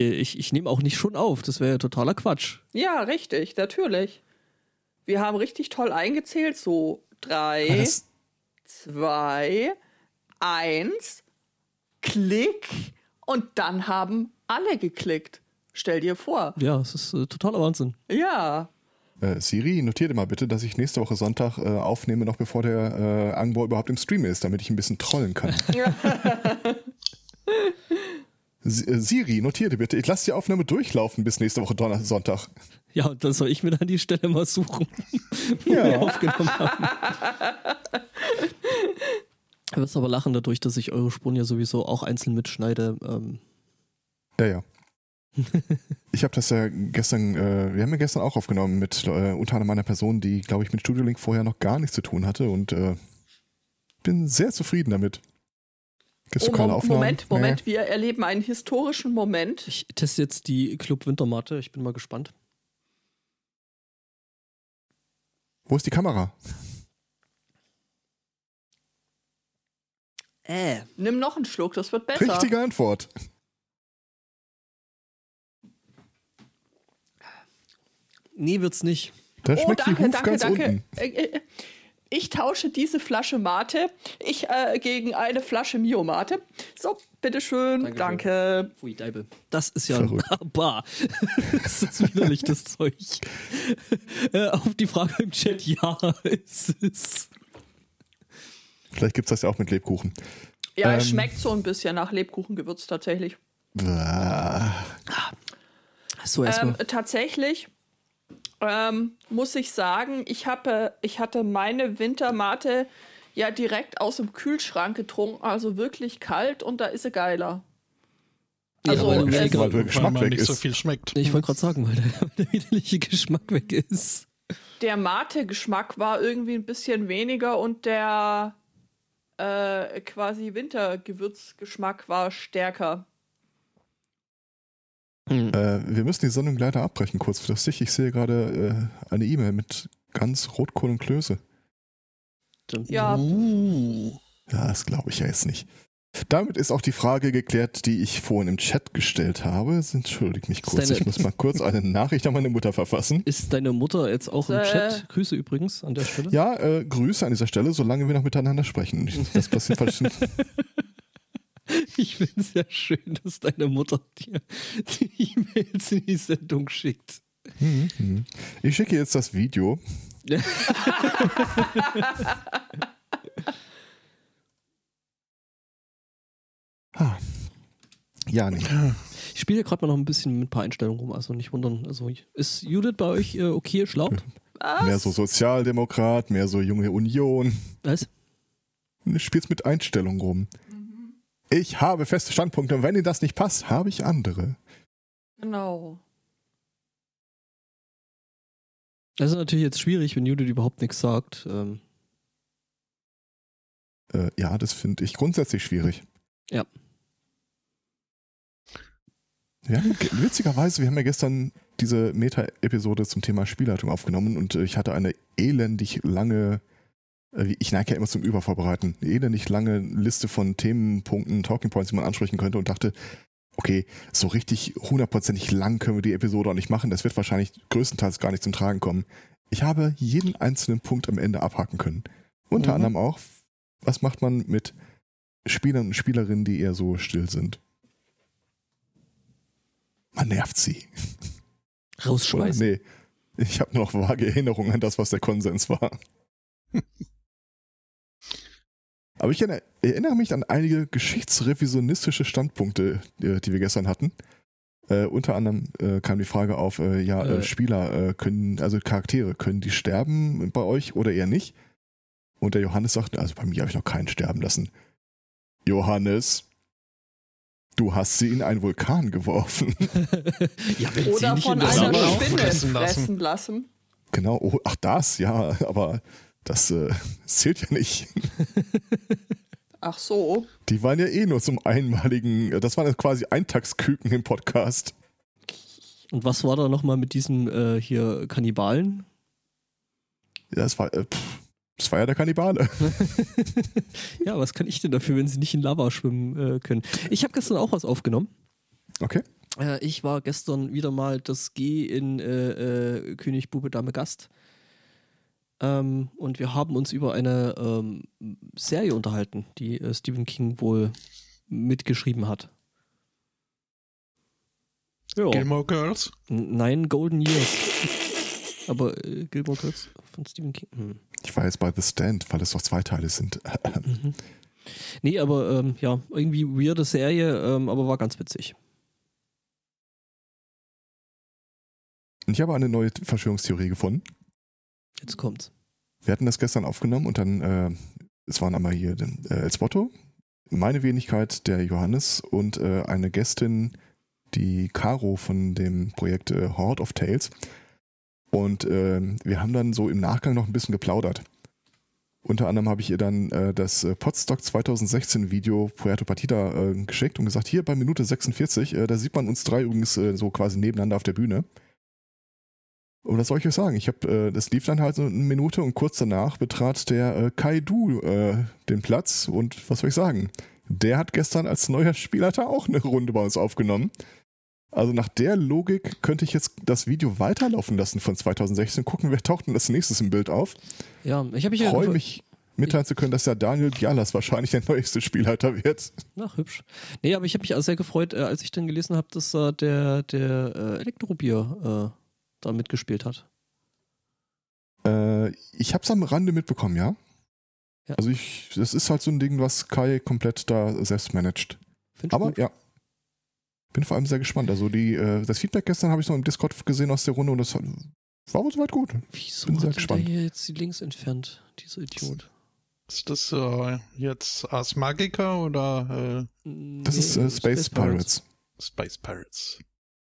Ich nehme auch nicht schon auf, das wäre ja totaler Quatsch. Ja, richtig, natürlich. Wir haben richtig toll eingezählt, so 3, 2, 1, Klick und dann haben alle geklickt. Stell dir vor. Ja, es ist totaler Wahnsinn. Ja. Siri, notiere mal bitte, dass ich nächste Woche Sonntag aufnehme, noch bevor der Angbor überhaupt im Stream ist, damit ich ein bisschen trollen kann. Siri, notiere bitte, ich lasse die Aufnahme durchlaufen bis nächste Woche Sonntag. Ja, und dann soll ich mir dann die Stelle mal suchen, wo Ja. wir aufgenommen haben. Du wirst aber lachen dadurch, dass ich eure Spuren ja sowieso auch einzeln mitschneide. Ja. Ich habe das ja gestern, wir haben ja gestern auch aufgenommen mit unter anderem einer Person, die, glaube ich, mit Studio Link vorher noch gar nichts zu tun hatte und bin sehr zufrieden damit. Gibt's so keine Aufnahmen? Moment, wir erleben einen historischen Moment. Ich teste jetzt die Club Wintermatte, ich bin mal gespannt. Wo ist die Kamera? Nimm noch einen Schluck, das wird besser. Richtige Antwort. Nee, wird's nicht. Da schmeckt die Huf ganz unten. Ich tausche diese Flasche Mate gegen eine Flasche Mio Mate. So, bitteschön, danke. Pfui, Deibel. Das ist ja Verrückt. Bar. Das ist widerlich, das Zeug. Auf die Frage im Chat, ja, ist es. Vielleicht gibt es das ja auch mit Lebkuchen. Ja, es schmeckt so ein bisschen nach Lebkuchengewürz tatsächlich. So, erstmal. Tatsächlich muss ich sagen, ich hatte meine Wintermate ja direkt aus dem Kühlschrank getrunken, also wirklich kalt und da ist sie geiler. Also, weil weil der Geschmack weg nicht ist. so viel schmeckt. Ich wollte gerade sagen, weil der widerliche Geschmack weg ist. der Mate-Geschmack war irgendwie ein bisschen weniger und der quasi Wintergewürzgeschmack war stärker. Wir müssen die Sendung leider abbrechen, kurzfristig. Ich sehe gerade eine E-Mail mit ganz Rotkohl und Klöße. Ja. Ja, das glaube ich ja jetzt nicht. Damit ist auch die Frage geklärt, die ich vorhin im Chat gestellt habe. Entschuldigt mich kurz, ich muss mal kurz eine Nachricht an meine Mutter verfassen. Ist deine Mutter jetzt auch im Chat? Grüße übrigens an der Stelle. Ja, Grüße an dieser Stelle, solange wir noch miteinander sprechen. Das passiert falsch. Ich finde es ja schön, dass deine Mutter dir die E-Mails in die Sendung schickt. Ich schicke jetzt das Video. Ja, nee. Ich spiele ja gerade mal noch ein bisschen mit ein paar Einstellungen rum, also nicht wundern. Also ist Judith bei euch okay schlaucht? Mehr so Sozialdemokrat, mehr so junge Union. Was? Du spielst mit Einstellungen rum. Ich habe feste Standpunkte und wenn dir das nicht passt, habe ich andere. Genau. Das ist natürlich jetzt schwierig, wenn Judith überhaupt nichts sagt. Ja, das finde ich grundsätzlich schwierig. Ja. Ja, witzigerweise, wir haben ja gestern diese Meta-Episode zum Thema Spielleitung aufgenommen und ich hatte eine elendig lange, ich neige ja immer zum Übervorbereiten, eine elendig lange Liste von Themenpunkten, Talking Points, die man ansprechen könnte und dachte, okay, so richtig 100%ig lang können wir die Episode auch nicht machen, das wird wahrscheinlich größtenteils gar nicht zum Tragen kommen. Ich habe jeden einzelnen Punkt am Ende abhaken können. Unter anderem auch, was macht man mit Spielern und Spielerinnen, die eher so still sind? Man nervt sie. Rausschmeißen. Nee, ich habe nur noch vage Erinnerungen an das, was der Konsens war. Aber ich erinnere mich an einige geschichtsrevisionistische Standpunkte, die wir gestern hatten. Unter anderem kam die Frage auf, Spieler Charaktere, können die sterben bei euch oder eher nicht? Und der Johannes sagte, also bei mir habe ich noch keinen sterben lassen. Johannes, du hast sie in einen Vulkan geworfen. Ja, wenn Oder sie nicht von in der einer Sauna Spinne fressen lassen. fressen lassen. Genau, oh, ach das, ja, aber das zählt ja nicht. Ach so. Die waren ja eh nur zum einmaligen, das waren ja quasi Eintagsküken im Podcast. Und was war da nochmal mit diesem hier Kannibalen? Ja, das war ja der Kannibale. Ja, was kann ich denn dafür, wenn sie nicht in Lava schwimmen können? Ich habe gestern auch was aufgenommen. Okay. Ich war gestern wieder mal das G in König Bube Dame Gast. Und wir haben uns über eine Serie unterhalten, die Stephen King wohl mitgeschrieben hat. Ja. Gilmore Girls? Nein, Golden Years. Aber Gilmore Girls von Stephen King. Ich war jetzt bei The Stand, weil es doch 2 Teile sind. Nee, aber ja, irgendwie weirde Serie, aber war ganz witzig. Und ich habe eine neue Verschwörungstheorie gefunden. Jetzt kommt's. Wir hatten das gestern aufgenommen und dann, es waren einmal hier El Spotto, meine Wenigkeit, der Johannes und eine Gästin, die Caro von dem Projekt Horde of Tales. Und wir haben dann so im Nachgang noch ein bisschen geplaudert. Unter anderem habe ich ihr dann das Podstock 2016 Video Puerto Partida geschickt und gesagt, hier bei Minute 46, da sieht man uns 3 übrigens so quasi nebeneinander auf der Bühne. Und was soll ich euch sagen? Das lief dann halt so eine Minute und kurz danach betrat der Kaidu den Platz und was soll ich sagen? Der hat gestern als neuer Spielleiter auch eine Runde bei uns aufgenommen. Also nach der Logik könnte ich jetzt das Video weiterlaufen lassen von 2016, gucken, wer taucht denn als nächstes im Bild auf. Ja, ich freue mich mitteilen zu können, dass der Daniel Bialas wahrscheinlich der neueste Spielleiter wird. Ach, hübsch. Nee, aber ich habe mich auch sehr gefreut, als ich dann gelesen habe, dass der Elektrobier da mitgespielt hat. Ich habe es am Rande mitbekommen, ja. Ja. Also das ist halt so ein Ding, was Kai komplett da selbst managt. Aber gut. Ja, bin vor allem sehr gespannt. Also das Feedback gestern habe ich noch im Discord gesehen aus der Runde und das war wohl soweit gut. Wieso bin sehr hat gespannt. der hier jetzt die Links entfernt, dieser Idiot? Ist das jetzt Ars Magica oder? Das ist Space Pirates. Space Pirates.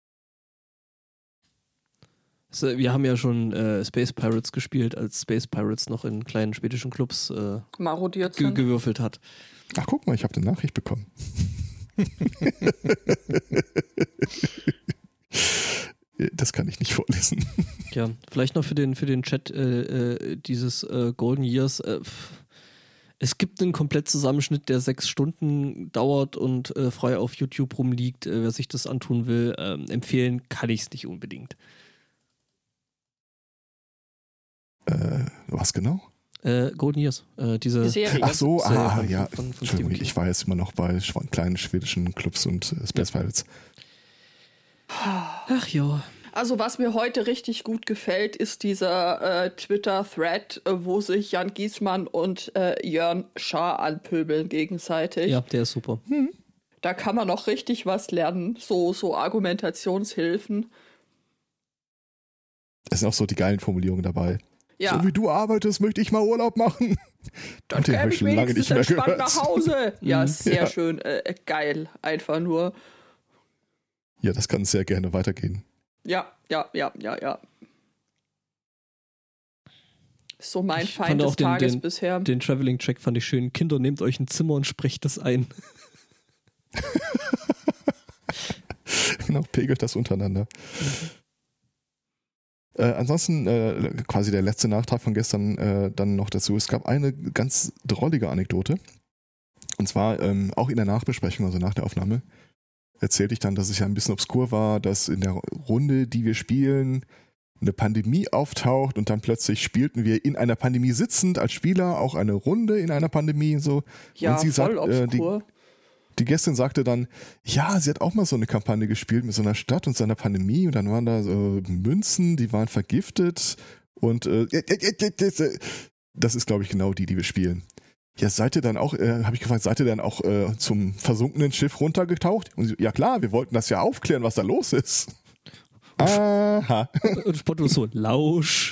Also, wir haben ja schon Space Pirates gespielt, als Space Pirates noch in kleinen schwedischen Clubs marodiert sind. Gewürfelt hat. Ach, guck mal, ich habe eine Nachricht bekommen. Das kann ich nicht vorlesen. Ja, vielleicht noch für den Chat dieses Golden Years. Es gibt einen Komplettzusammenschnitt, der 6 Stunden dauert und frei auf YouTube rumliegt. Wer sich das antun will, empfehlen kann ich es nicht unbedingt. Was genau? Golden Years. Diese Serie. Ach so, Serie ja. von Entschuldigung, ich war jetzt immer noch bei kleinen schwedischen Clubs und Space Pirates. Ach ja. Also was mir heute richtig gut gefällt, ist dieser Twitter-Thread, wo sich Jan Giesmann und Jörn Schaar anpöbeln gegenseitig. Ja, der ist super. Da kann man noch richtig was lernen, so Argumentationshilfen. Es sind auch so die geilen Formulierungen dabei. Ja. So wie du arbeitest, möchte ich mal Urlaub machen. Dann Den habe ich schon lange nicht mehr gehört. nach Hause. Ja, sehr schön. Geil. Einfach nur. Ja, das kann sehr gerne weitergehen. Ja. So mein Ich Feind fand des auch Tages bisher. Den Traveling-Check fand ich schön. Kinder, nehmt euch ein Zimmer und sprecht das ein. Genau, pegelt das untereinander. Ansonsten quasi der letzte Nachtrag von gestern dann noch dazu. Es gab eine ganz drollige Anekdote. Und zwar auch in der Nachbesprechung, also nach der Aufnahme, erzählte ich dann, dass es ja ein bisschen obskur war, dass in der Runde, die wir spielen, eine Pandemie auftaucht und dann plötzlich spielten wir in einer Pandemie sitzend als Spieler auch eine Runde in einer Pandemie und so. Ja, und sie voll sagt, obskur. die Gästin sagte dann, ja, sie hat auch mal so eine Kampagne gespielt mit so einer Stadt und so einer Pandemie und dann waren da so Münzen, die waren vergiftet und das ist, glaube ich, genau die wir spielen. Ja, seid ihr dann auch, habe ich gefragt, seid ihr dann auch zum versunkenen Schiff runtergetaucht? Und sie, ja klar, wir wollten das ja aufklären, was da los ist. Aha. Und Spotto so, Lausch.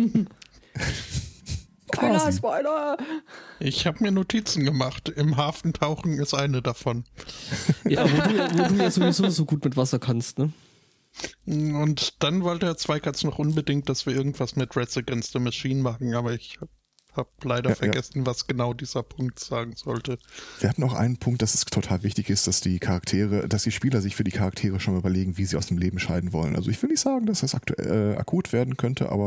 Spoiler! Ich habe mir Notizen gemacht. Im Hafen tauchen ist eine davon. Ja, wo du ja sowieso so gut mit Wasser kannst, ne? Und dann wollte Herr Zweikatz noch unbedingt, dass wir irgendwas mit Reds Against the Machine machen, aber ich habe leider vergessen, was genau dieser Punkt sagen sollte. Wir hatten auch einen Punkt, dass es total wichtig ist, dass die Spieler sich für die Charaktere schon mal überlegen, wie sie aus dem Leben scheiden wollen. Also ich will nicht sagen, dass das akut werden könnte, aber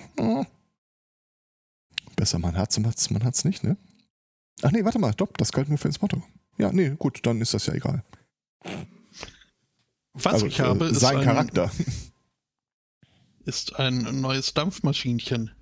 besser man hat's nicht, ne? Ach nee, warte mal, stopp, das galt nur für ins Motto. Ja, nee, gut, dann ist das ja egal. Was Also, ich habe, ist sein Charakter. Ist ein neues Dampfmaschinchen.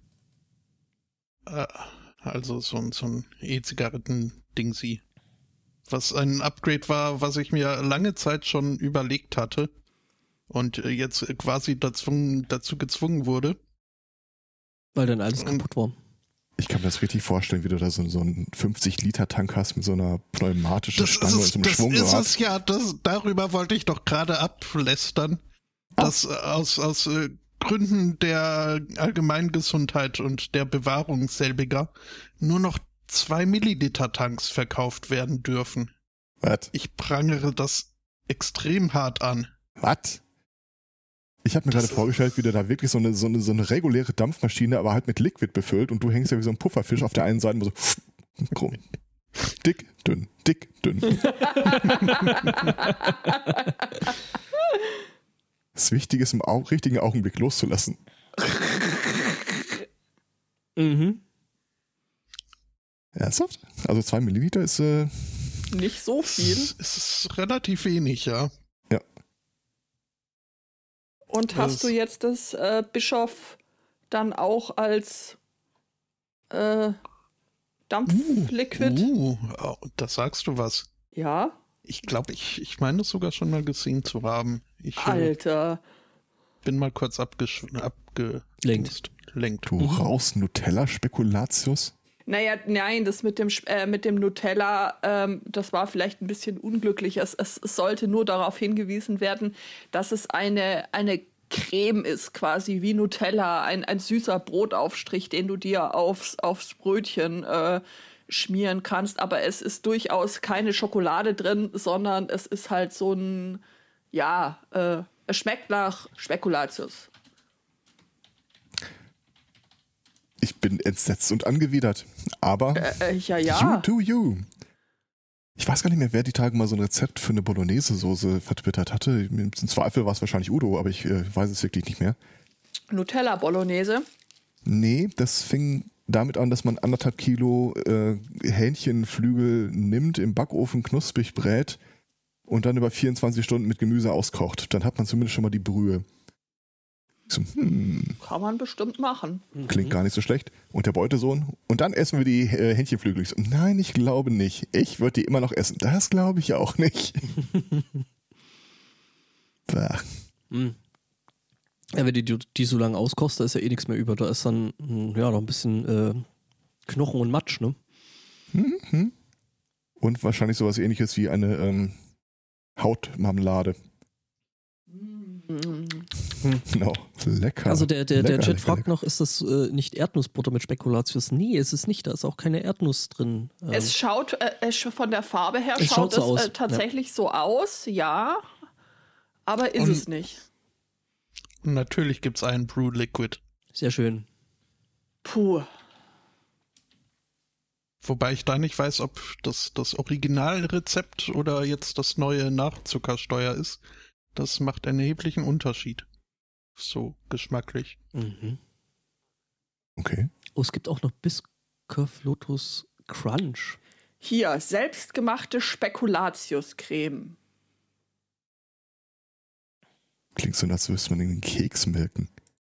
Also so ein E-Zigaretten-Dingsi. Was ein Upgrade war, was ich mir lange Zeit schon überlegt hatte und jetzt quasi dazu gezwungen wurde. Weil dann alles kaputt war. Ich kann mir das richtig vorstellen, wie du da so einen 50-Liter-Tank hast mit so einer pneumatischen Stange und so einem Schwungrad. Das ist es ja, darüber wollte ich doch gerade ablästern, dass aus Gründen der Allgemeingesundheit und der Bewahrung selbiger nur noch 2 Milliliter Tanks verkauft werden dürfen. Was? Ich prangere das extrem hart an. Was? Ich habe mir gerade vorgestellt, wie du da wirklich so eine reguläre Dampfmaschine, aber halt mit Liquid befüllt und du hängst ja wie so ein Pufferfisch auf der einen Seite so krumm. Dick, dünn, dick, dünn. Das Wichtige ist, im richtigen Augenblick loszulassen. Mhm. Ernsthaft? Also 2 Milliliter ist Nicht so viel. Es ist relativ wenig, ja. Ja. Und hast du jetzt das Bischof dann auch als Dampfliquid? Das sagst du was. Ja. Ich glaube, ich meine es sogar schon mal gesehen zu haben. Ich Alter. bin mal kurz abgelenkt. Du rauchst Nutella-Spekulatius? Naja, nein, das mit dem Nutella, das war vielleicht ein bisschen unglücklich. Es sollte nur darauf hingewiesen werden, dass es eine Creme ist, quasi wie Nutella, ein süßer Brotaufstrich, den du dir aufs Brötchen schmieren kannst. Aber es ist durchaus keine Schokolade drin, sondern es ist halt so ein, es schmeckt nach Spekulatius. Ich bin entsetzt und angewidert. Aber ja. you do you. Ich weiß gar nicht mehr, wer die Tage mal so ein Rezept für eine Bolognese-Soße vertwittert hatte. Im Zweifel war es wahrscheinlich Udo, aber ich weiß es wirklich nicht mehr. Nutella-Bolognese? Nee, das fing damit an, dass man 1,5 Kilo Hähnchenflügel nimmt, im Backofen knusprig brät und dann über 24 Stunden mit Gemüse auskocht. Dann hat man zumindest schon mal die Brühe. So, kann man bestimmt machen. Klingt gar nicht so schlecht. Und der Beutesohn. Und dann essen wir die Hähnchenflügel. Ich so, nein, ich glaube nicht. Ich würde die immer noch essen. Das glaube ich auch nicht. Ja, wenn du die so lange auskochst, da ist ja eh nichts mehr über. Da ist dann noch ein bisschen Knochen und Matsch, ne? Und wahrscheinlich sowas Ähnliches wie eine Hautmarmelade. Genau, lecker. Also der lecker, Chat fragt lecker. noch, ist das nicht Erdnussbutter mit Spekulatius? Nee, es ist nicht, da ist auch keine Erdnuss drin. Es schaut, von der Farbe her Es schaut schaut so es aus, tatsächlich so aus, ja, aber ist es nicht. Und natürlich gibt es einen Brew Liquid. Sehr schön. Puh. Wobei ich da nicht weiß, ob das Originalrezept oder jetzt das neue Nachzuckersteuer ist. Das macht einen erheblichen Unterschied. So geschmacklich. Mhm. Okay. Oh, es gibt auch noch Biscoff Lotus Crunch. Hier, selbstgemachte Spekulatius-Creme. Klingt so, als müsste man den Keks melken.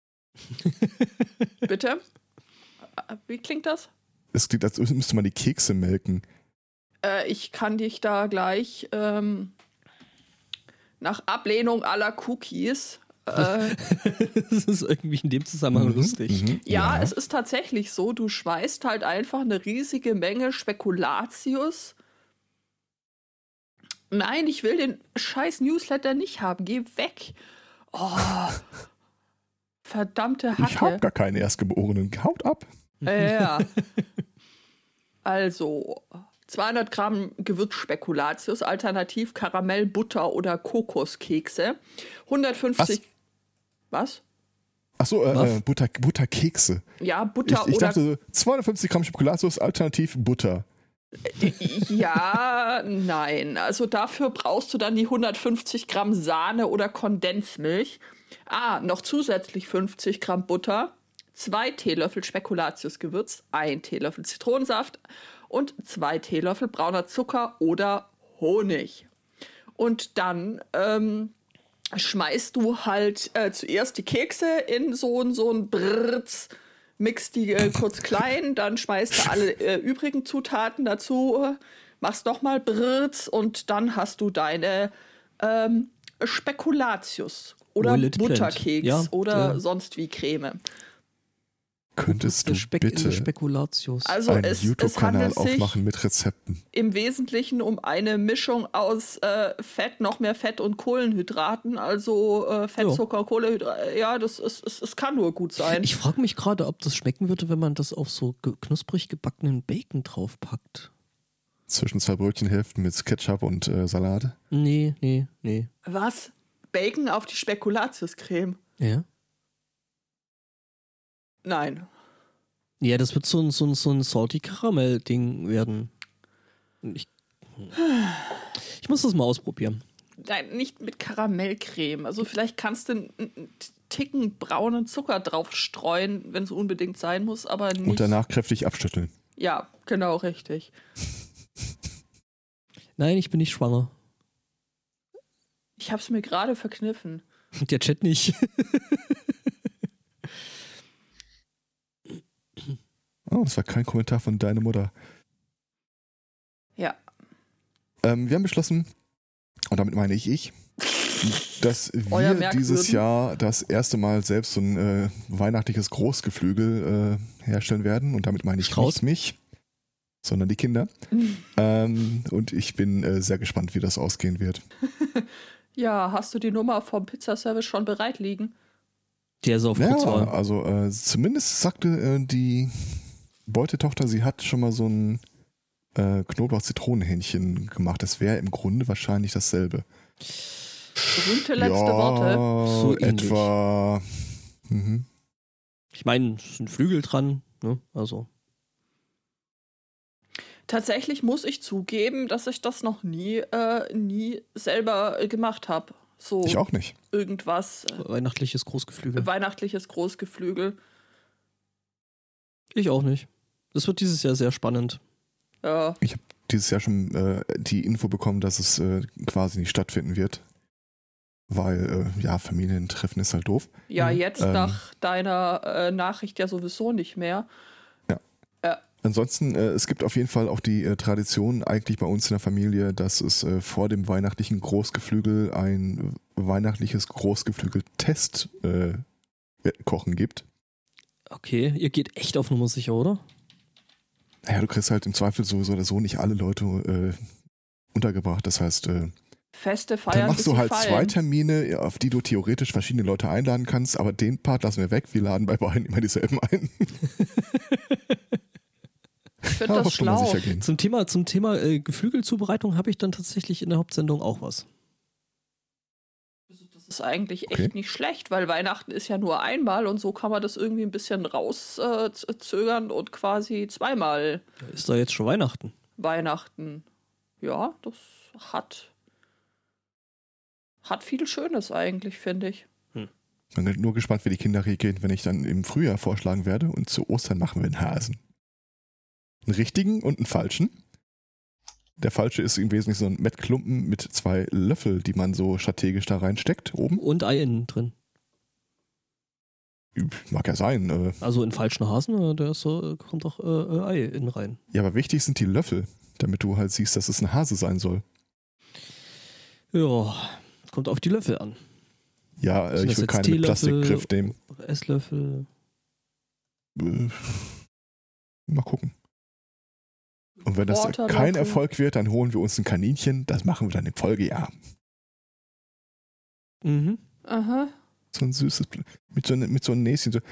Bitte? Wie klingt das? Es klingt, als müsste man die Kekse melken. Ich kann dich da gleich nach Ablehnung aller Cookies. Das ist irgendwie in dem Zusammenhang lustig. Ja, es ist tatsächlich so. Du schweißt halt einfach eine riesige Menge Spekulatius. Nein, ich will den scheiß Newsletter nicht haben. Geh weg. Oh, verdammte Hacke. Ich hab gar keine Erstgeborenen. Haut ab. Ja. Also 200 Gramm Gewürzspekulatius, alternativ Karamell, Butter oder Kokoskekse. 150. Was? Achso, Butterkekse. Ja, Butter Ich oder. dachte, 250 Gramm Spekulatius, alternativ Butter. Ja, nein. Also dafür brauchst du dann die 150 Gramm Sahne oder Kondensmilch. Noch zusätzlich 50 Gramm Butter, 2 Teelöffel Spekulatiusgewürz, 1 Teelöffel Zitronensaft und 2 Teelöffel brauner Zucker oder Honig. Und dann schmeißt du halt zuerst die Kekse in so ein Brrz, mixt die kurz klein, dann schmeißt du alle übrigen Zutaten dazu, machst nochmal Brrz und dann hast du deine Spekulatius oder Butterkeks oder sonst wie Creme. Könntest du bitte also einen YouTube-Kanal aufmachen mit Rezepten? Im Wesentlichen um eine Mischung aus Fett, noch mehr Fett und Kohlenhydraten, also Fett, Zucker, Kohlenhydrate. Ja, es kann nur gut sein. Ich frage mich gerade, ob das schmecken würde, wenn man das auf so knusprig gebackenen Bacon draufpackt. Zwischen 2 Brötchenhälften mit Ketchup und Salate? Nee. Was? Bacon auf die Spekulatiuscreme? Ja. Nein. Ja, das wird so ein Salty-Karamell-Ding werden. Ich muss das mal ausprobieren. Nein, nicht mit Karamellcreme. Also vielleicht kannst du einen Ticken braunen Zucker drauf streuen, wenn es unbedingt sein muss, aber nicht. Und danach kräftig abschütteln. Ja, genau, richtig. Nein, ich bin nicht schwanger. Ich hab's mir gerade verkniffen. Der Chat nicht. Oh, das war kein Kommentar von deiner Mutter. Ja. Wir haben beschlossen, und damit meine ich, dass wir dieses Jahr das erste Mal selbst so ein weihnachtliches Großgeflügel herstellen werden. Und damit meine ich nicht mich, sondern die Kinder. Und ich bin sehr gespannt, wie das ausgehen wird. Ja, hast du die Nummer vom Pizzaservice schon bereit liegen? Der ist auf Kurzwahl. Also zumindest sagte die Beutetochter, sie hat schon mal so ein Knoblauch-Zitronenhähnchen gemacht. Das wäre im Grunde wahrscheinlich dasselbe. Berühmte letzte Worte. So etwa. Ich meine, es ist ein Flügel dran, ne? Also. Tatsächlich muss ich zugeben, dass ich das noch nie selber gemacht habe. So ich auch nicht. Irgendwas. Weihnachtliches Großgeflügel. Ich auch nicht. Das wird dieses Jahr sehr spannend. Ja. Ich habe dieses Jahr schon die Info bekommen, dass es quasi nicht stattfinden wird. Weil, Familientreffen ist halt doof. Ja, jetzt nach deiner Nachricht ja sowieso nicht mehr. Ja. Ansonsten, es gibt auf jeden Fall auch die Tradition eigentlich bei uns in der Familie, dass es vor dem weihnachtlichen Großgeflügel ein weihnachtliches Großgeflügel-Test kochen gibt. Okay, ihr geht echt auf Nummer sicher, oder? Ja, du kriegst halt im Zweifel sowieso oder so nicht alle Leute untergebracht. Das heißt, Feste feiern. Dann machst du halt 2 Termine, auf die du theoretisch verschiedene Leute einladen kannst, aber den Part lassen wir weg. Wir laden bei beiden immer dieselben ein. Ich finde das schlau. Zum Thema Geflügelzubereitung habe ich dann tatsächlich in der Hauptsendung auch was. Das ist eigentlich echt nicht schlecht, weil Weihnachten ist ja nur einmal und so kann man das irgendwie ein bisschen rauszögern und quasi zweimal. Ist da jetzt schon Weihnachten? Ja, das hat viel Schönes eigentlich, finde ich. Ich bin nur gespannt, wie die Kinder reagieren, wenn ich dann im Frühjahr vorschlagen werde und zu Ostern machen wir einen Hasen. Einen richtigen und einen falschen. Der falsche ist im Wesentlichen so ein Mettklumpen mit 2 Löffel, die man so strategisch da reinsteckt, oben. Und Ei innen drin. Mag ja sein. Also in falschen Hasen, da kommt auch Ei innen rein. Ja, aber wichtig sind die Löffel, damit du halt siehst, dass es ein Hase sein soll. Ja, kommt auf die Löffel an. Ja, ich will keinen mit Plastikgriff nehmen. Esslöffel. Mal gucken. Und wenn das kein Erfolg wird, dann holen wir uns ein Kaninchen. Das machen wir dann im Folgejahr. Mhm. Aha. So ein süßes, mit so einem Näschen. So.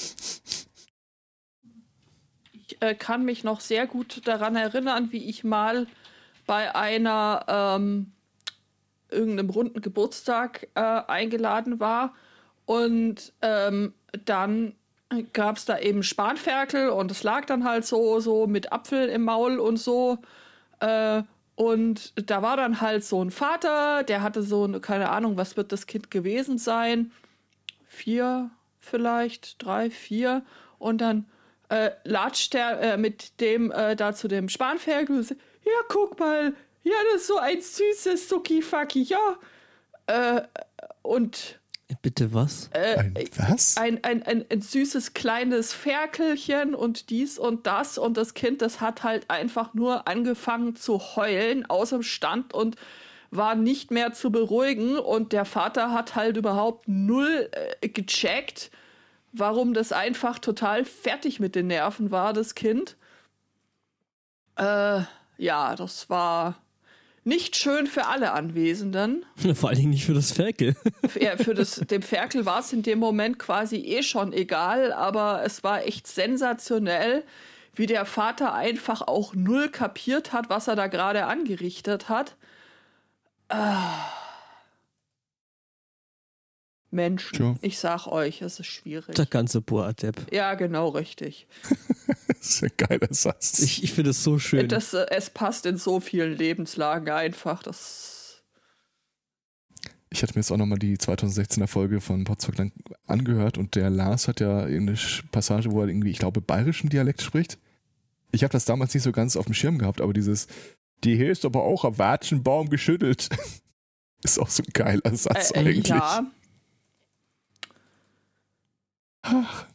Ich kann mich noch sehr gut daran erinnern, wie ich mal bei einer irgendeinem runden Geburtstag eingeladen war und dann gab es da eben Spanferkel und es lag dann halt so mit Apfel im Maul und so. Und da war dann halt so ein Vater, der hatte so eine, keine Ahnung, was wird das Kind gewesen sein? 4 vielleicht, 3, 4. Und dann latscht der mit dem da zu dem Spanferkel und sagt, ja, guck mal, ja, das ist so ein süßes Suki-Faki, ja. Und Bitte was? Was? ein süßes kleines Ferkelchen und dies und das. Und das Kind, das hat halt einfach nur angefangen zu heulen aus dem Stand und war nicht mehr zu beruhigen. Und der Vater hat halt überhaupt null gecheckt, warum das einfach total fertig mit den Nerven war, das Kind. Ja, das war nicht schön für alle Anwesenden. Vor allen Dingen nicht für das Ferkel. Ja, dem Ferkel war es in dem Moment quasi schon egal, aber es war echt sensationell, wie der Vater einfach auch null kapiert hat, was er da gerade angerichtet hat. Menschen, Sure. Ich sag euch, es ist schwierig. Der ganze Boa-Depp. Ja, genau, richtig. Das ist ein geiler Satz. Ich finde es so schön. Es passt in so vielen Lebenslagen einfach. Ich hatte mir jetzt auch nochmal die 2016er Folge von Potsdok angehört und der Lars hat ja eine Passage, wo er irgendwie, ich glaube, bayerischen Dialekt spricht. Ich habe das damals nicht so ganz auf dem Schirm gehabt, aber die hier ist aber auch am Watschenbaum geschüttelt. Ist auch so ein geiler Satz eigentlich. Ja. Ach.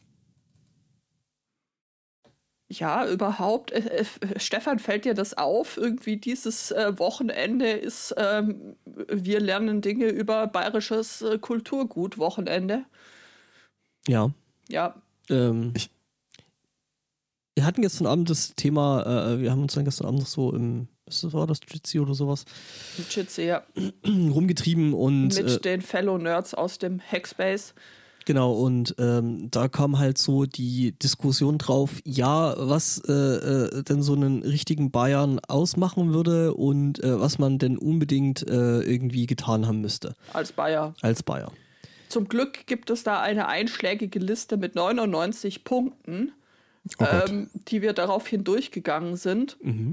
Ja, überhaupt. Stefan, fällt dir das auf? Irgendwie dieses Wochenende ist wir lernen Dinge über bayerisches Kulturgut-Wochenende. Ja. Ja. Wir hatten gestern Abend das Thema, wir haben uns dann gestern Abend noch so war das Jitsi oder sowas? Jitsi, ja. Rumgetrieben und mit den Fellow-Nerds aus dem Hackspace. Genau, und da kam halt so die Diskussion drauf, ja, was denn so einen richtigen Bayern ausmachen würde und was man denn unbedingt irgendwie getan haben müsste. Als Bayer. Als Bayer. Zum Glück gibt es da eine einschlägige Liste mit 99 Punkten, die wir daraufhin durchgegangen sind. Mhm.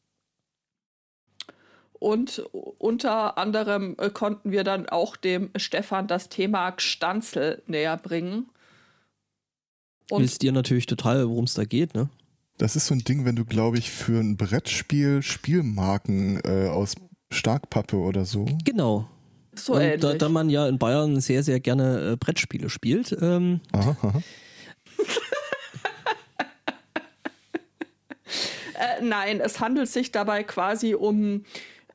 Und unter anderem konnten wir dann auch dem Stefan das Thema Gstanzl näher bringen. Und Wisst ihr natürlich total, worum es da geht, ne? Das ist so ein Ding, wenn du, glaube ich, für ein Brettspiel Spielmarken aus Starkpappe oder so. Genau. so und ähnlich. da man ja in Bayern sehr, sehr gerne Brettspiele spielt, Aha. Nein, es handelt sich dabei quasi um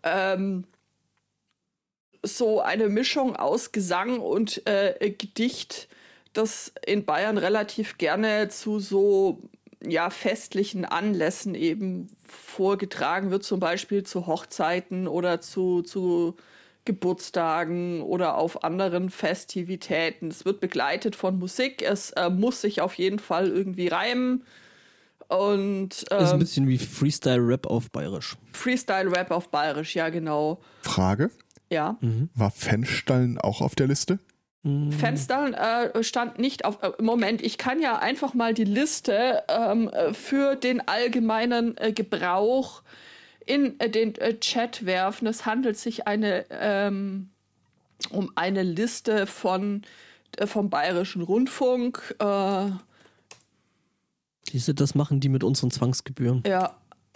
so eine Mischung aus Gesang und Gedicht, das in Bayern relativ gerne zu so festlichen Anlässen eben vorgetragen wird, zum Beispiel zu Hochzeiten oder zu Geburtstagen oder auf anderen Festivitäten. Es wird begleitet von Musik, es muss sich auf jeden Fall irgendwie reimen. Und das ist ein bisschen wie Freestyle-Rap auf Bayerisch. Freestyle-Rap auf Bayerisch, ja genau. Frage, Ja. war Fenstalln auch auf der Liste? Fenstern stand nicht auf. Moment, ich kann ja einfach mal die Liste für den allgemeinen Gebrauch in den Chat werfen. Es handelt sich um eine Liste vom Bayerischen Rundfunk. Siehst du, das machen die mit unseren Zwangsgebühren. Ja.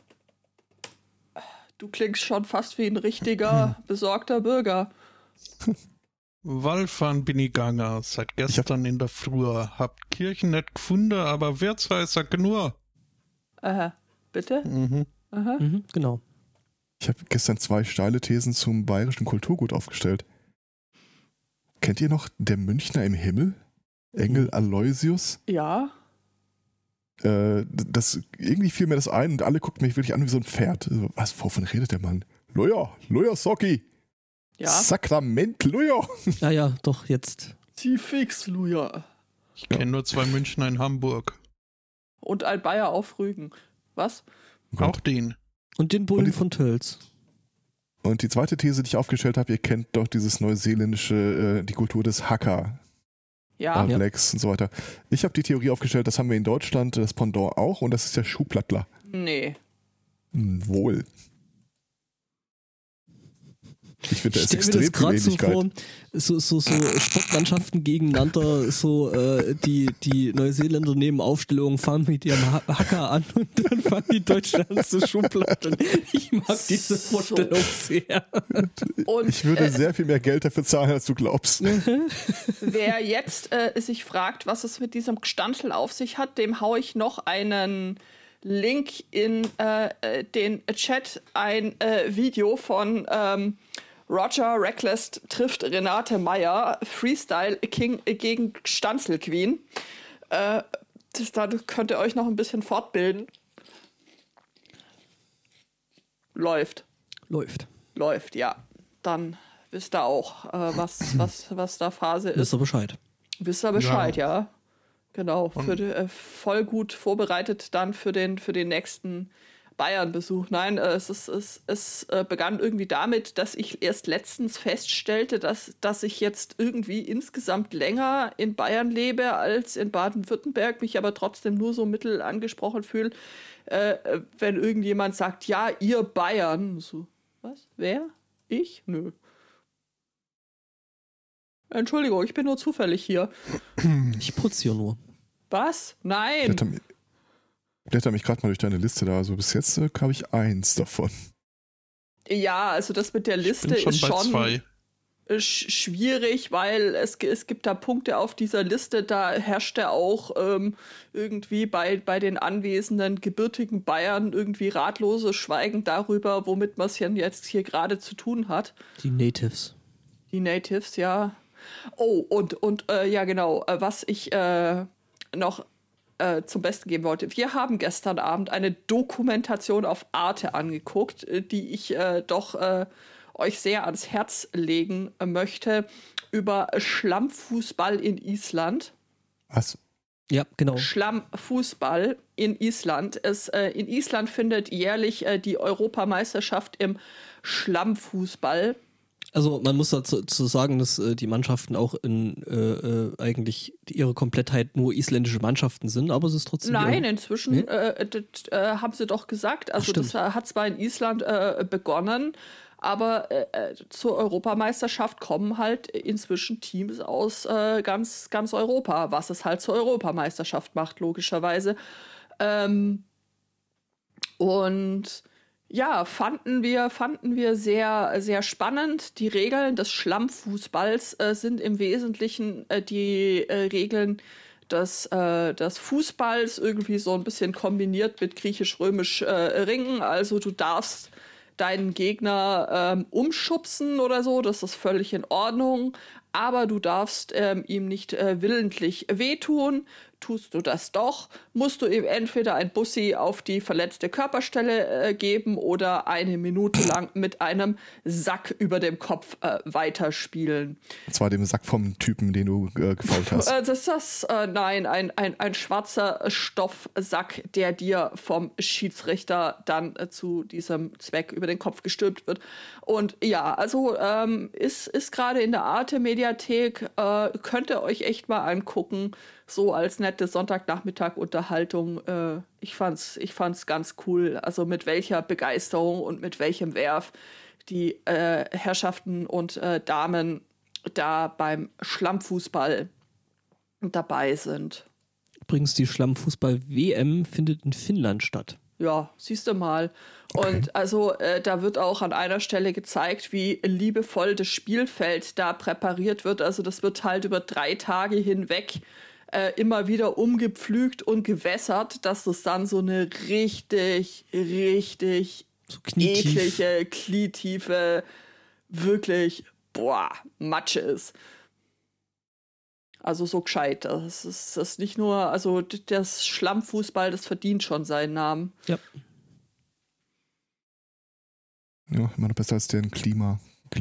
Du klingst schon fast wie ein richtiger besorgter Bürger. Wallfahren bin ich gegangen, seit gestern in der Früh. Habt Kirchen nicht gefunden, aber Wirtshäuser genug. Bitte? Mhm. Aha. Mhm, genau. Ich habe gestern 2 steile Thesen zum bayerischen Kulturgut aufgestellt. Kennt ihr noch Der Münchner im Himmel? Engel Aloysius? Ja. Das irgendwie fiel mir das ein und alle guckten mich wirklich an wie so ein Pferd. So, was, wovon redet der Mann? Loja Socki! Ja. Sakrament, Loja! Ja, doch, jetzt. Sie fix, Luja. Ich kenne nur 2 Münchner in Hamburg. Und ein Bayer auf Rügen. Was? Auch den. Und den Bullen Und die- von Tölz. Und die zweite These, die ich aufgestellt habe, ihr kennt doch dieses neuseeländische, die Kultur des Hacker. Ja. Ja. Blacks und so weiter. Ich habe die Theorie aufgestellt, das haben wir in Deutschland, das Pendant auch, und das ist der Schuhplattler. Nee. Wohl. Ich finde, da ist stell mir das extrem viel gerade so Ähnlichkeit. vor, so Sportmannschaften gegeneinander, so die Neuseeländer nehmen Aufstellungen, fahren mit ihrem Hacker an und dann fangen die Deutschen an zu schubladen. Ich mag diese Vorstellung sehr. Und Ich würde sehr viel mehr Geld dafür zahlen, als du glaubst. wer jetzt sich fragt, was es mit diesem Gstanzl auf sich hat, dem haue ich noch einen Link in den Chat, ein Video von Roger Reckless trifft Renate Meyer, Freestyle King gegen Gstanzl Queen. Da könnt ihr euch noch ein bisschen fortbilden. Läuft, ja. Dann wisst ihr auch, was da Phase ist. Wisst ihr Bescheid, ja. Genau, voll gut vorbereitet dann für den nächsten Bayern-Besuch. Nein, es begann irgendwie damit, dass ich erst letztens feststellte, dass ich jetzt irgendwie insgesamt länger in Bayern lebe als in Baden-Württemberg, mich aber trotzdem nur so mittel angesprochen fühle, wenn irgendjemand sagt, ja, ihr Bayern. So, was? Wer? Ich? Nö. Entschuldigung, ich bin nur zufällig hier. Ich putze hier nur. Was? Nein. Blätter mich gerade mal durch deine Liste da. Also bis jetzt habe ich 1 davon. Ja, also das mit der Liste ist schon schwierig, weil es gibt da Punkte auf dieser Liste, da herrschte auch irgendwie bei den anwesenden gebürtigen Bayern irgendwie ratloses Schweigen darüber, womit man es jetzt hier gerade zu tun hat. Die Natives, ja. Oh, und ja genau, was ich noch zum Besten geben wollte. Wir haben gestern Abend eine Dokumentation auf Arte angeguckt, die ich euch sehr ans Herz legen möchte, über Schlammfußball in Island. Was? Ja, genau. Schlammfußball in Island. In Island findet jährlich die Europameisterschaft im Schlammfußball. Also man muss dazu sagen, dass die Mannschaften auch in eigentlich ihre Komplettheit nur isländische Mannschaften sind, aber es ist trotzdem... Nein, inzwischen haben sie doch gesagt. Also das hat zwar in Island begonnen, aber zur Europameisterschaft kommen halt inzwischen Teams aus ganz Europa, was es halt zur Europameisterschaft macht, logischerweise. Und ja, fanden wir sehr, sehr spannend. Die Regeln des Schlammfußballs sind im Wesentlichen die Regeln des Fußballs, irgendwie so ein bisschen kombiniert mit griechisch-römisch Ringen. Also du darfst deinen Gegner umschubsen oder so, das ist völlig in Ordnung. Aber du darfst ihm nicht willentlich wehtun. Tust du das doch, musst du ihm entweder ein Bussi auf die verletzte Körperstelle geben oder 1 Minute lang mit einem Sack über dem Kopf weiterspielen. Und zwar dem Sack vom Typen, den du gefault hast. Nein, ein schwarzer Stoffsack, der dir vom Schiedsrichter dann zu diesem Zweck über den Kopf gestülpt wird. Und ja, also ist gerade in der Arte-Mediathek, könnt ihr euch echt mal angucken, so als nette Sonntagnachmittag-Unterhaltung. Ich fand's ganz cool, also mit welcher Begeisterung und mit welchem Werf die Herrschaften und Damen da beim Schlammfußball dabei sind. Übrigens, die Schlammfußball-WM findet in Finnland statt. Ja, siehst du mal. Okay. Und also da wird auch an einer Stelle gezeigt, wie liebevoll das Spielfeld da präpariert wird. Also das wird halt über 3 Tage hinweg immer wieder umgepflügt und gewässert, dass das dann so eine richtig So knietief. eklige, knietiefe, wirklich, Matsche ist. Also so gescheit. Das ist nicht nur, also das Schlammfußball, das verdient schon seinen Namen. Ja. Ja, immer noch besser als den Klima. Ich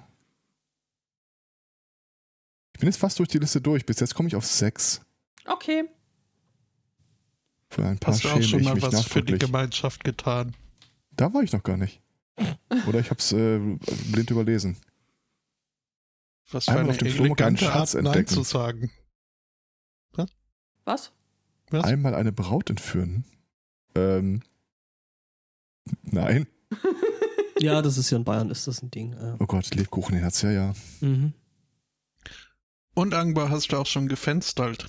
bin jetzt fast durch die Liste durch. Bis jetzt komme ich auf 6. Okay. Für ein paar Hast du auch schäme schon ich mal mich was für die nachdrücklich. Gemeinschaft getan? Da war ich noch gar nicht. Oder ich habe es blind überlesen. Was für Einmal eine auf dem Flohmarkt einen elegante Art, Schatz Nein entdecken. zu sagen. Was? Was? Einmal eine Braut entführen. Nein. Ja, das ist ja in Bayern, ist das ein Ding. Oh Gott, Lebkuchenherz, ja. Mhm. Und Angbar hast du auch schon gefenstert?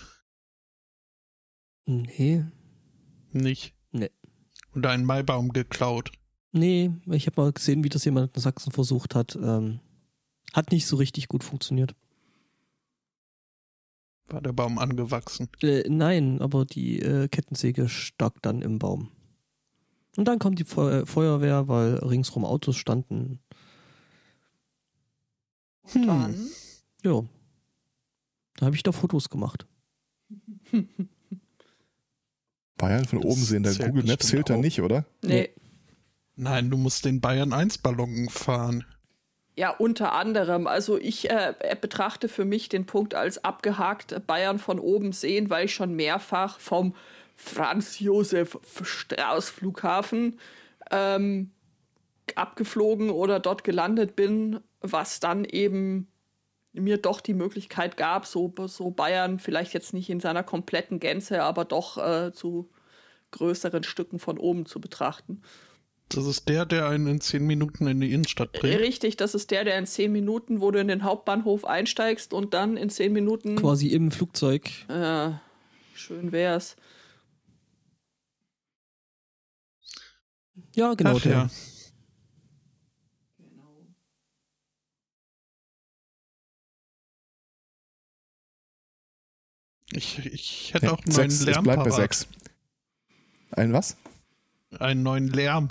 Nee. Nicht? Nee. Oder einen Maibaum geklaut? Nee, ich habe mal gesehen, wie das jemand in Sachsen versucht hat. Hat nicht so richtig gut funktioniert. War der Baum angewachsen? Nein, aber die Kettensäge stak dann im Baum. Und dann kommt die Feuerwehr, weil ringsrum Autos standen. Dann. Ja. Da habe ich da Fotos gemacht. Bayern von oben sehen, der zählt Google Maps bestimmt zählt da auch. nicht, oder? Nee. Nein, du musst den Bayern 1 Ballon fahren. Ja, unter anderem. Also ich betrachte für mich den Punkt als abgehakt Bayern von oben sehen, weil ich schon mehrfach vom Franz-Josef-Strauß-Flughafen abgeflogen oder dort gelandet bin, was dann eben mir doch die Möglichkeit gab, so Bayern vielleicht jetzt nicht in seiner kompletten Gänze, aber doch zu größeren Stücken von oben zu betrachten. Das ist der einen in 10 Minuten in die Innenstadt bringt. Richtig, das ist der in 10 Minuten, wo du in den Hauptbahnhof einsteigst und dann in 10 Minuten... Quasi im Flugzeug. Schön wär's. Ja, genau. Ach ja. Ich hätte auch einen neuen 6, Lärm es bleibt bei parat. 6. Ein was? Einen neuen Lärm.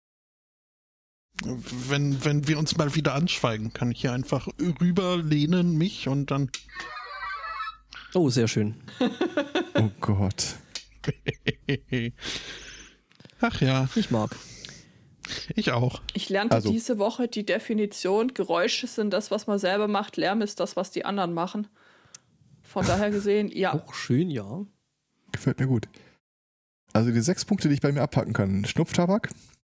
Wenn wir uns mal wieder anschweigen, kann ich hier einfach rüberlehnen, mich und dann... Oh, sehr schön. Oh Gott. Ach ja, Ich mag. ich auch. Ich lernte Also- diese Woche die Definition, Geräusche sind das, was man selber macht, Lärm ist das, was die anderen machen. Von daher gesehen, ja. Auch schön, ja. Gefällt mir gut. Also die 6 Punkte, die ich bei mir abpacken kann. Schnupftabak,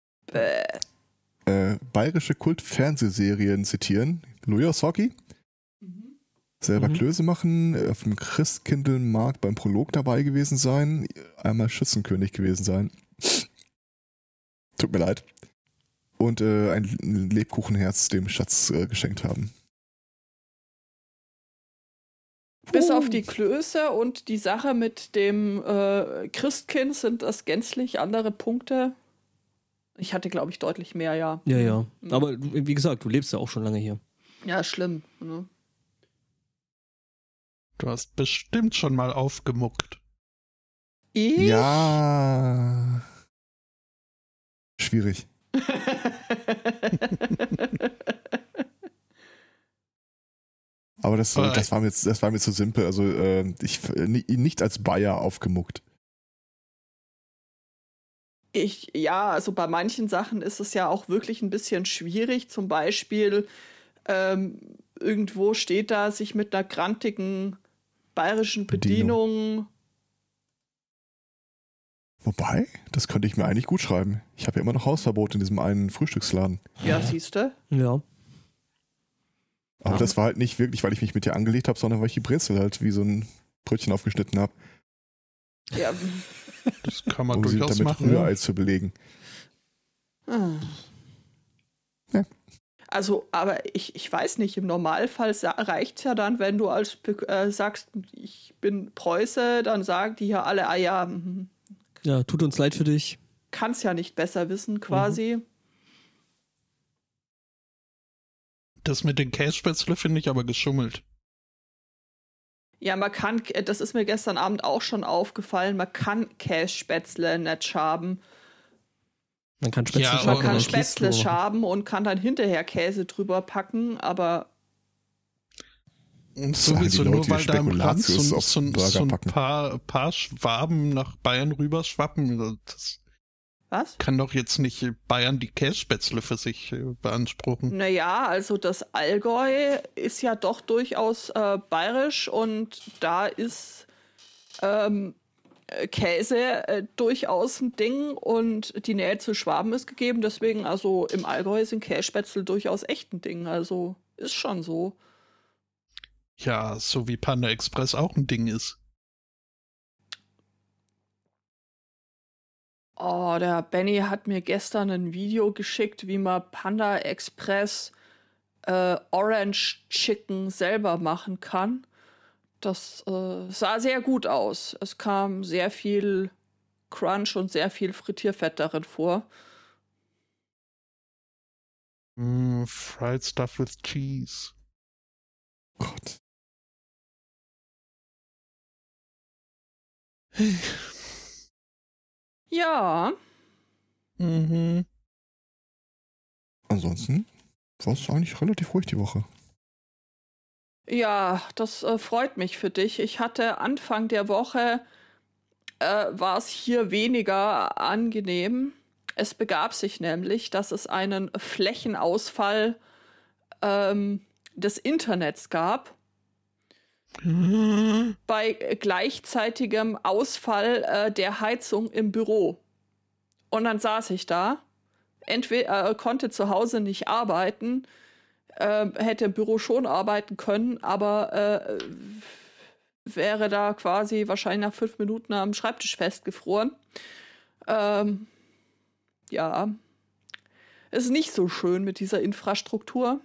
bayerische Kultfernsehserien zitieren, Louis Hockey, selber Klöße machen, auf dem Christkindlmarkt beim Prolog dabei gewesen sein, einmal Schützenkönig gewesen sein. Tut mir leid. Und ein Lebkuchenherz dem Schatz geschenkt haben. Bis auf die Klöße und die Sache mit dem Christkind sind das gänzlich andere Punkte. Ich hatte, glaube ich, deutlich mehr, ja. Ja, ja. Aber wie gesagt, du lebst ja auch schon lange hier. Ja, schlimm. Ne? Du hast bestimmt schon mal aufgemuckt. Ich? Ja. Schwierig. Aber das war mir zu simpel. Also nicht als Bayer aufgemuckt. Ja, also bei manchen Sachen ist es ja auch wirklich ein bisschen schwierig. Zum Beispiel irgendwo steht da, sich mit einer grantigen bayerischen Bedienung. Wobei, das könnte ich mir eigentlich gut schreiben. Ich habe ja immer noch Hausverbot in diesem einen Frühstücksladen. Ja, siehst du? Ja. Aber das war halt nicht wirklich, weil ich mich mit dir angelegt habe, sondern weil ich die Brezel halt wie so ein Brötchen aufgeschnitten habe, Ja. Das kann man um sie durchaus damit machen. Rührei zu belegen. Ja. Also, aber ich weiß nicht, im Normalfall reicht es ja dann, wenn du sagst, ich bin Preuße, dann sagen die ja alle, ja, Ja, tut uns leid für dich. kann's ja nicht besser wissen, quasi. Das mit den Kässpätzle finde ich aber geschummelt. Ja, man kann, das ist mir gestern Abend auch schon aufgefallen, man kann Kässpätzle nicht schaben. Man kann Spätzle Ja, schaben. Man aber kann oder Käse Spätzle drüber machen. schaben und kann dann hinterher Käse drüber packen, aber Und sagen die sowieso Leute, nur die weil da im Rand Spekulatius so, auf so, Burger so ein packen. paar Schwaben nach Bayern rüberschwappen. Das was? kann doch jetzt nicht Bayern die Kässpätzle für sich beanspruchen. Naja, also das Allgäu ist ja doch durchaus bayerisch und da ist Käse durchaus ein Ding und die Nähe zu Schwaben ist gegeben. Deswegen, also im Allgäu sind Kässpätzle durchaus echt ein Ding. Also ist schon so. Ja, so wie Panda Express auch ein Ding ist. Oh, der Benny hat mir gestern ein Video geschickt, wie man Panda Express Orange Chicken selber machen kann. Das sah sehr gut aus. Es kam sehr viel Crunch und sehr viel Frittierfett darin vor. Fried stuff with cheese. Gott. Ja. Mhm. Ansonsten war es eigentlich relativ ruhig die Woche. Ja, das freut mich für dich. Ich hatte Anfang der Woche, war es hier weniger angenehm. Es begab sich nämlich, dass es einen Flächenausfall des Internets gab. Bei gleichzeitigem Ausfall der Heizung im Büro. Und dann saß ich da, entweder konnte zu Hause nicht arbeiten, hätte im Büro schon arbeiten können, aber wäre da quasi wahrscheinlich nach 5 Minuten am Schreibtisch festgefroren. Ja, ist nicht so schön mit dieser Infrastruktur.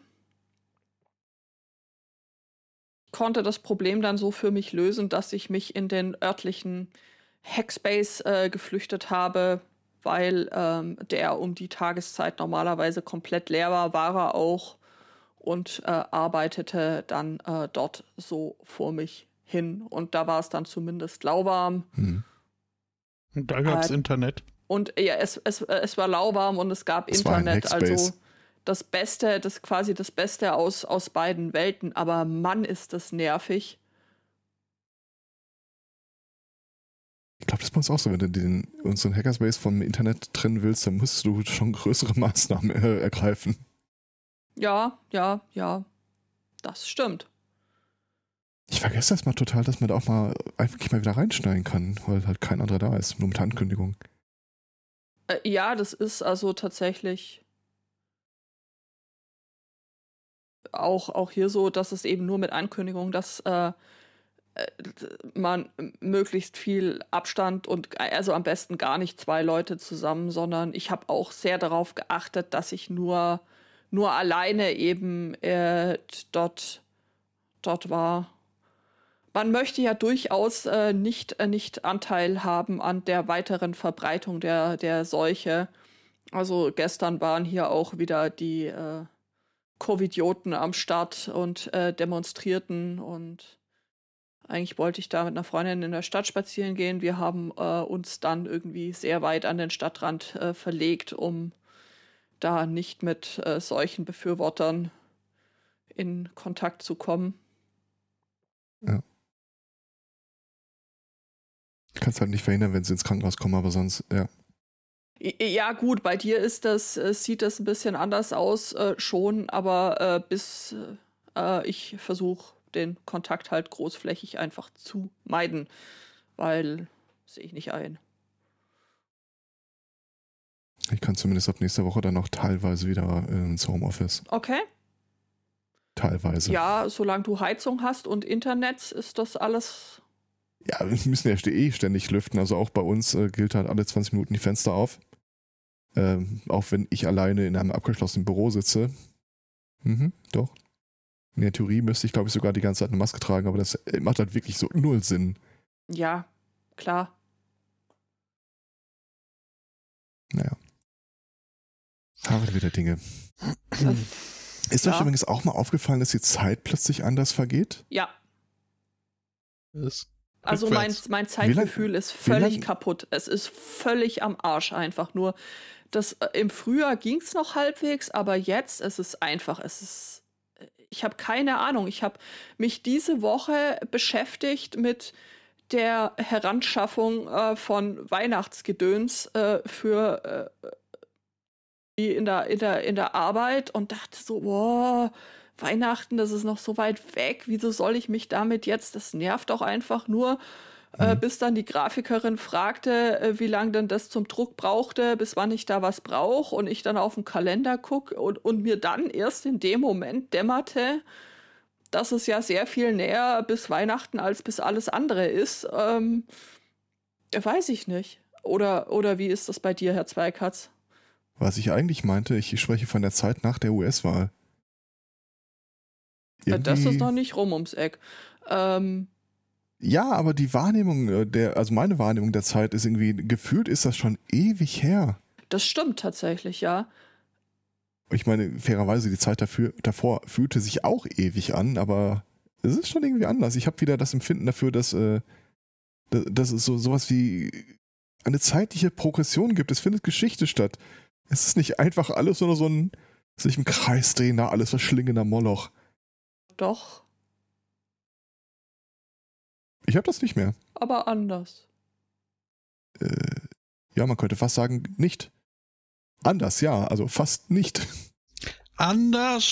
Konnte das Problem dann so für mich lösen, dass ich mich in den örtlichen Hackspace geflüchtet habe, weil der um die Tageszeit normalerweise komplett leer war, war er auch und arbeitete dann dort so vor mich hin. Und da war es dann zumindest lauwarm. Mhm. Und da gab es Internet. Und ja, es war lauwarm und es gab Es war ein Internet, Hackspace. also das Beste, quasi das Beste aus beiden Welten, aber Mann, ist das nervig. Ich glaube, das ist bei uns auch so. Wenn du unseren Hackerspace vom Internet trennen willst, dann musst du schon größere Maßnahmen ergreifen. Ja, das stimmt. Ich vergesse das mal total, dass man da auch mal einfach mal wieder reinschneiden kann, weil halt kein anderer da ist, nur mit der Ankündigung. Ja, das ist also tatsächlich auch hier so, dass es eben nur mit Ankündigung, dass man möglichst viel Abstand und also am besten gar nicht 2 Leute zusammen, sondern ich habe auch sehr darauf geachtet, dass ich nur alleine eben dort war. Man möchte ja durchaus nicht Anteil haben an der weiteren Verbreitung der Seuche. Also gestern waren hier auch wieder die Covidioten am Start und demonstrierten und eigentlich wollte ich da mit einer Freundin in der Stadt spazieren gehen. Wir haben uns dann irgendwie sehr weit an den Stadtrand verlegt, um da nicht mit solchen Befürwortern in Kontakt zu kommen. Ja. Kannst halt nicht verhindern, wenn sie ins Krankenhaus kommen, aber sonst, ja. Ja gut, bei dir sieht das ein bisschen anders aus schon, aber ich versuche den Kontakt halt großflächig einfach zu meiden, weil sehe ich nicht ein. Ich kann zumindest ab nächster Woche dann noch teilweise wieder ins Homeoffice. Okay. Teilweise. Ja, solange du Heizung hast und Internet, ist das alles. Ja, wir müssen ja ständig lüften. Also auch bei uns gilt halt alle 20 Minuten die Fenster auf. Auch wenn ich alleine in einem abgeschlossenen Büro sitze. Doch. In der Theorie müsste ich, glaube ich, sogar die ganze Zeit eine Maske tragen, aber das macht halt wirklich so null Sinn. Ja, klar. Naja. Haben wir wieder Dinge. Ist euch übrigens auch mal aufgefallen, dass die Zeit plötzlich anders vergeht? Ja. Also Rückwärts. mein Zeitgefühl ist völlig kaputt. Es ist völlig am Arsch einfach. Nur im Frühjahr ging es noch halbwegs, aber jetzt ich habe keine Ahnung. Ich habe mich diese Woche beschäftigt mit der Heranschaffung von Weihnachtsgedöns für in der Arbeit und dachte so, boah, Weihnachten, das ist noch so weit weg. Wieso soll ich mich damit jetzt? Das nervt doch einfach nur. Bis dann die Grafikerin fragte, wie lange denn das zum Druck brauchte, bis wann ich da was brauche und ich dann auf den Kalender gucke und mir dann erst in dem Moment dämmerte, dass es ja sehr viel näher bis Weihnachten als bis alles andere ist. Weiß ich nicht. Oder wie ist das bei dir, Herr Zweikatz? Was ich eigentlich meinte, ich spreche von der Zeit nach der US-Wahl. Das ist noch nicht rum ums Eck. Ja, aber die Wahrnehmung also meine Wahrnehmung der Zeit ist irgendwie, gefühlt ist das schon ewig her. Das stimmt tatsächlich, ja. Ich meine, fairerweise, die Zeit davor fühlte sich auch ewig an, aber es ist schon irgendwie anders. Ich habe wieder das Empfinden dafür, dass es sowas wie eine zeitliche Progression gibt. Es findet Geschichte statt. Es ist nicht einfach alles nur so ein sich im Kreis drehender, alles verschlingender Moloch. Doch, Ich habe das nicht mehr. aber anders. Ja, man könnte fast sagen, nicht. Anders, ja, also fast nicht. Anders.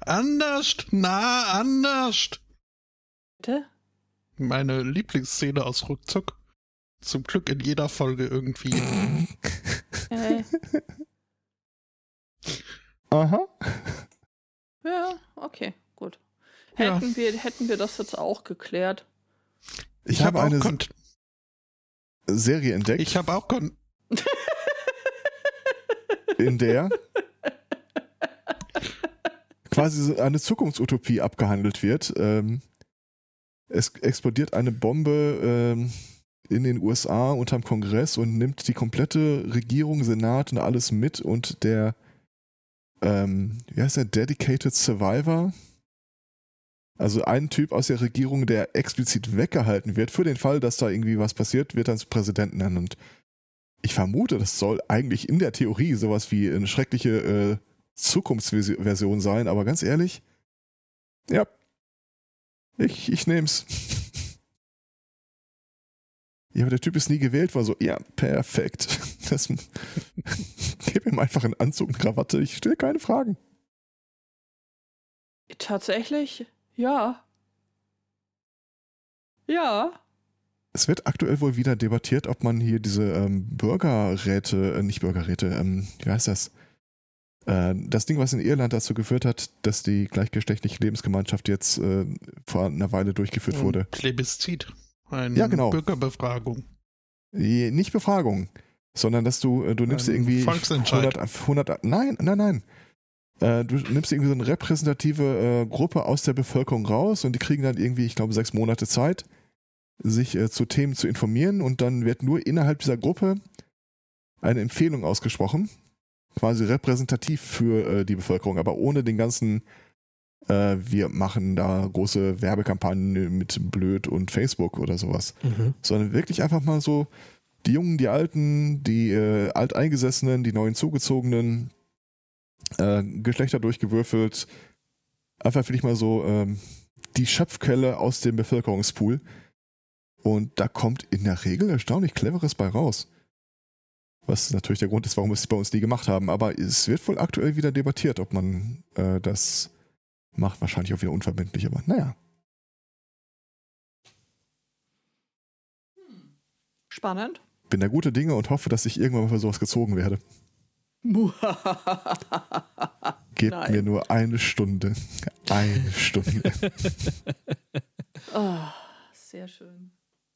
Bitte? Meine Lieblingsszene aus Ruckzuck. Zum Glück in jeder Folge irgendwie. Aha. Ja, okay, gut. Ja. Hätten wir das jetzt auch geklärt. Ich habe eine auch Serie entdeckt, Ich habe auch in der quasi eine Zukunftsutopie abgehandelt wird. Es explodiert eine Bombe in den USA unterm Kongress und nimmt die komplette Regierung, Senat und alles mit und der wie heißt der? Dedicated Survivor. Also ein Typ aus der Regierung, der explizit weggehalten wird, für den Fall, dass da irgendwie was passiert, wird dann zum Präsidenten ernannt. Und ich vermute, das soll eigentlich in der Theorie sowas wie eine schreckliche Zukunftsversion sein, aber ganz ehrlich, ja, ich nehm's. Ja, aber der Typ ist nie gewählt, war so, ja, perfekt. Gib ihm einfach einen Anzug und Krawatte, ich stelle keine Fragen. Tatsächlich? Ja. Ja. Es wird aktuell wohl wieder debattiert, ob man hier diese Bürgerräte, nicht Bürgerräte, wie heißt das? Das Ding, was in Irland dazu geführt hat, dass die gleichgeschlechtliche Lebensgemeinschaft jetzt vor einer Weile durchgeführt wurde. Plebiscit. Eine Ja, genau. Bürgerbefragung. Nicht Befragung, sondern dass du nimmst dir irgendwie Volksentscheid. 100 nein. Du nimmst irgendwie so eine repräsentative Gruppe aus der Bevölkerung raus und die kriegen dann irgendwie, ich glaube, 6 Monate Zeit, sich zu Themen zu informieren und dann wird nur innerhalb dieser Gruppe eine Empfehlung ausgesprochen, quasi repräsentativ für die Bevölkerung, aber ohne den ganzen wir machen da große Werbekampagnen mit Blöd und Facebook oder sowas, sondern wirklich einfach mal so die Jungen, die Alten, die Alteingesessenen, die neuen Zugezogenen, Geschlechter durchgewürfelt, einfach wirklich mal so die Schöpfquelle aus dem Bevölkerungspool und da kommt in der Regel erstaunlich Cleveres bei raus. Was natürlich der Grund ist, warum wir es bei uns nie gemacht haben, aber es wird wohl aktuell wieder debattiert, ob man das macht, wahrscheinlich auch wieder unverbindlich, aber naja. Spannend. Bin da gute Dinge und hoffe, dass ich irgendwann mal für sowas gezogen werde. Gebt Nein. mir nur eine Stunde. Eine Stunde. Oh, sehr schön.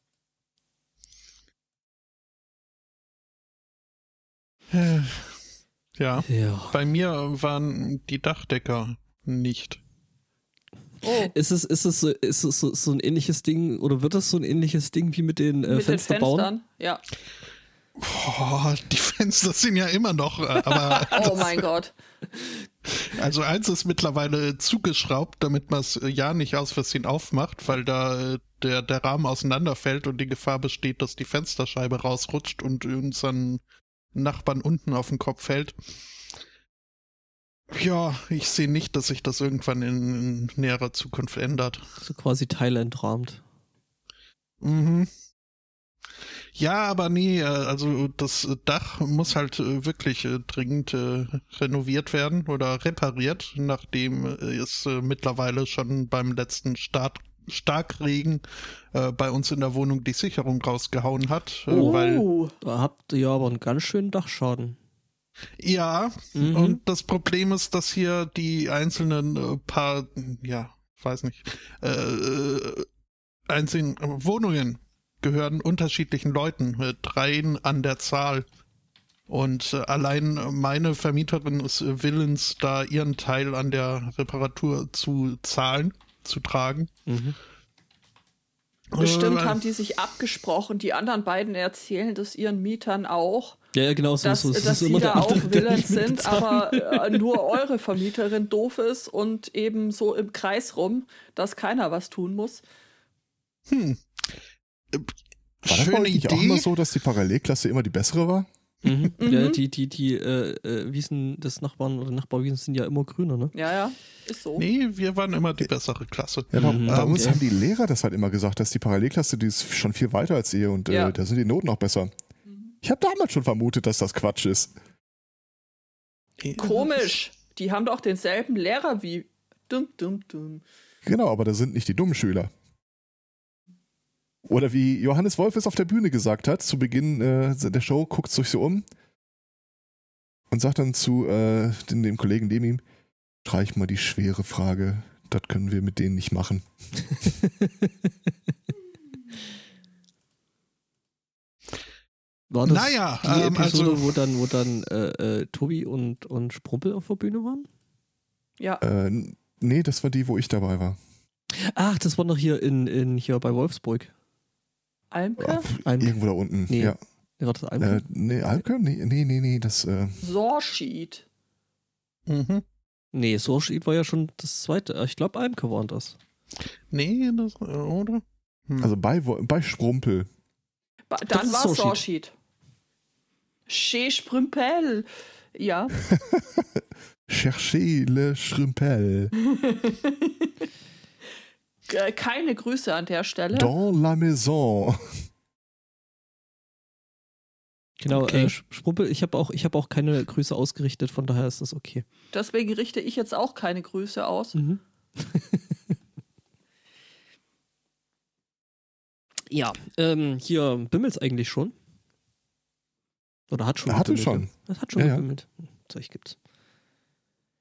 Ja, Ja. bei mir waren die Dachdecker nicht. Oh, Ist es so ein ähnliches Ding oder wird das so ein ähnliches Ding wie mit den mit den Fenster bauen? Fenstern. Ja. Boah, die Fenster sind ja immer noch, aber Oh mein Gott. also eins ist mittlerweile zugeschraubt, damit man es ja nicht aus Versehen aufmacht, weil da der Rahmen auseinanderfällt und die Gefahr besteht, dass die Fensterscheibe rausrutscht und unseren Nachbarn unten auf den Kopf fällt. Ja, ich sehe nicht, dass sich das irgendwann in näherer Zukunft ändert. So quasi Teile entrahmt. Mhm. Ja, aber nee, also das Dach muss halt wirklich dringend renoviert werden oder repariert, nachdem es mittlerweile schon beim letzten Starkregen bei uns in der Wohnung die Sicherung rausgehauen hat. Weil, Da habt ihr aber einen ganz schönen Dachschaden. ja, und das Problem ist, dass hier die einzelnen einzelnen Wohnungen gehören unterschiedlichen Leuten, 3 an der Zahl. Und allein meine Vermieterin ist willens, da ihren Teil an der Reparatur zu zahlen, zu tragen. Mhm. Bestimmt haben die sich abgesprochen. Die anderen beiden erzählen das ihren Mietern auch, Ja, genau. dass sie da auch willens sind, aber nur eure Vermieterin doof ist und eben so im Kreis rum, dass keiner was tun muss. War das bei euch nicht auch immer so, dass die Parallelklasse immer die bessere war? Mhm. Ja, die Wiesen des Nachbarn oder Nachbarwiesen sind ja immer grüner, ne? Ja, ist so. Nee, wir waren immer die bessere Klasse. Ja, bei uns haben die Lehrer das halt immer gesagt, dass die Parallelklasse, die ist schon viel weiter als ihr und da sind die Noten auch besser. Ich habe damals schon vermutet, dass das Quatsch ist. Komisch. Die haben doch denselben Lehrer wie dumm. Genau, aber das sind nicht die dummen Schüler. Oder wie Johannes Wolf es auf der Bühne gesagt hat, zu Beginn der Show, guckt sich so um und sagt dann zu dem Kollegen neben ihm, streich mal die schwere Frage, das können wir mit denen nicht machen. War das naja, die Episode, wo dann Tobi und Sprumpel auf der Bühne waren? Ja. Nee, das war die, wo ich dabei war. Ach, das war noch hier hier bei Wolfsburg. Almke? Irgendwo da unten, Nee. ja. War das Almke? Nee, Alke? Nee, das... Sorschied. Mhm. Nee, Sorschied war ja schon das zweite. Ich glaube, Almke waren das. Nee, das, oder? Also bei Sprumpel. Dann war Sorschied. Sorschied. Chez Sprümpel. Ja. Cherchez le Schrimpel. Keine Grüße an der Stelle. Dans la maison. Genau, Okay. Sprumpel, ich hab auch keine Grüße ausgerichtet, von daher ist das okay. Deswegen richte ich jetzt auch keine Grüße aus. Mhm. Ja, hier bimmelt's eigentlich schon. Oder hat schon Hatte gebimmelt, schon. ne? Das hat schon Ja, ja. gebimmelt. Zeug gibt's.